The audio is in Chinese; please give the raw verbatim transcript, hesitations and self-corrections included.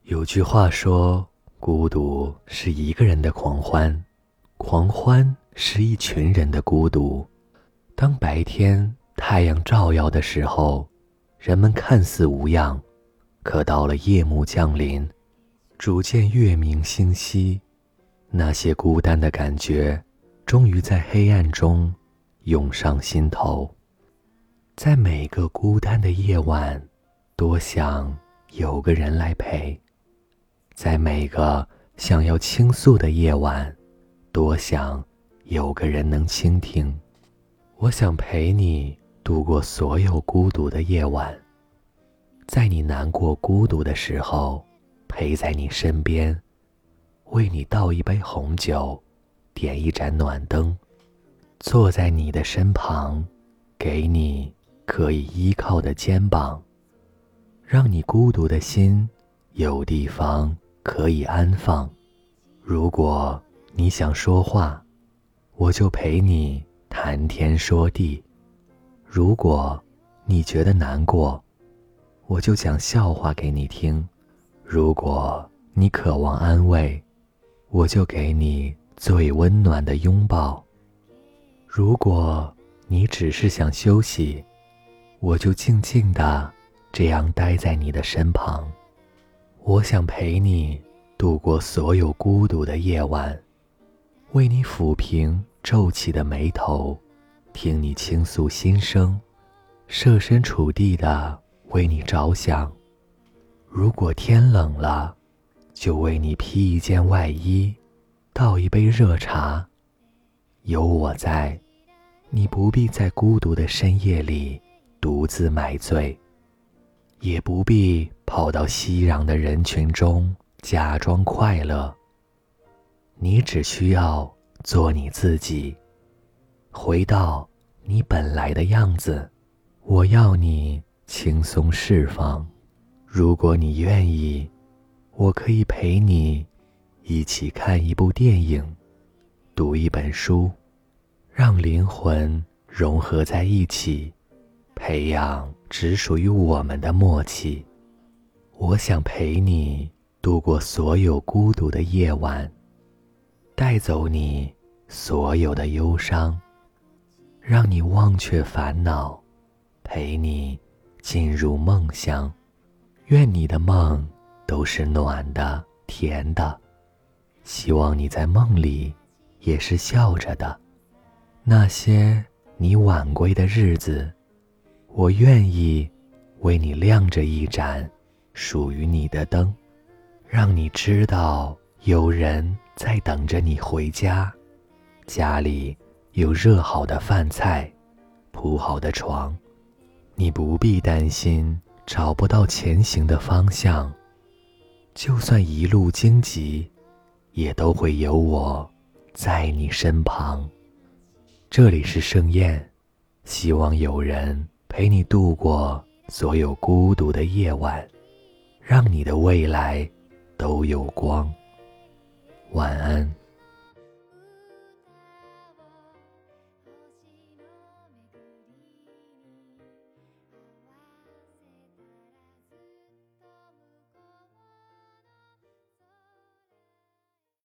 有句话说，孤独是一个人的狂欢，狂欢是一群人的孤独。当白天太阳照耀的时候，人们看似无恙，可到了夜幕降临，逐渐月明星稀，那些孤单的感觉终于在黑暗中涌上心头。在每个孤单的夜晚，多想有个人来陪。在每个想要倾诉的夜晚，多想有个人能倾听。我想陪你度过所有孤独的夜晚，在你难过孤独的时候，陪在你身边，为你倒一杯红酒，点一盏暖灯，坐在你的身旁，给你可以依靠的肩膀，让你孤独的心有地方可以安放。如果你想说话，我就陪你谈天说地；如果你觉得难过，我就讲笑话给你听；如果你渴望安慰，我就给你最温暖的拥抱；如果你只是想休息，我就静静地这样待在你的身旁。我想陪你度过所有孤独的夜晚，为你抚平皱起的眉头，听你倾诉心声，设身处地地为你着想。如果天冷了，就为你披一件外衣，倒一杯热茶。有我在，你不必在孤独的深夜里独自买醉，也不必跑到熙攘的人群中假装快乐。你只需要做你自己，回到你本来的样子。我要你轻松释放。如果你愿意，我可以陪你一起看一部电影，读一本书，让灵魂融合在一起，培养只属于我们的默契。我想陪你度过所有孤独的夜晚，带走你所有的忧伤，让你忘却烦恼，陪你进入梦乡。愿你的梦都是暖的、甜的，希望你在梦里也是笑着的。那些你晚归的日子，我愿意为你亮着一盏属于你的灯，让你知道有人在等着你回家，家里有热好的饭菜，铺好的床，你不必担心找不到前行的方向，就算一路荆棘，也都会有我在你身旁。这里是盛宴，希望有人陪你度过所有孤独的夜晚，让你的未来都有光。晚安。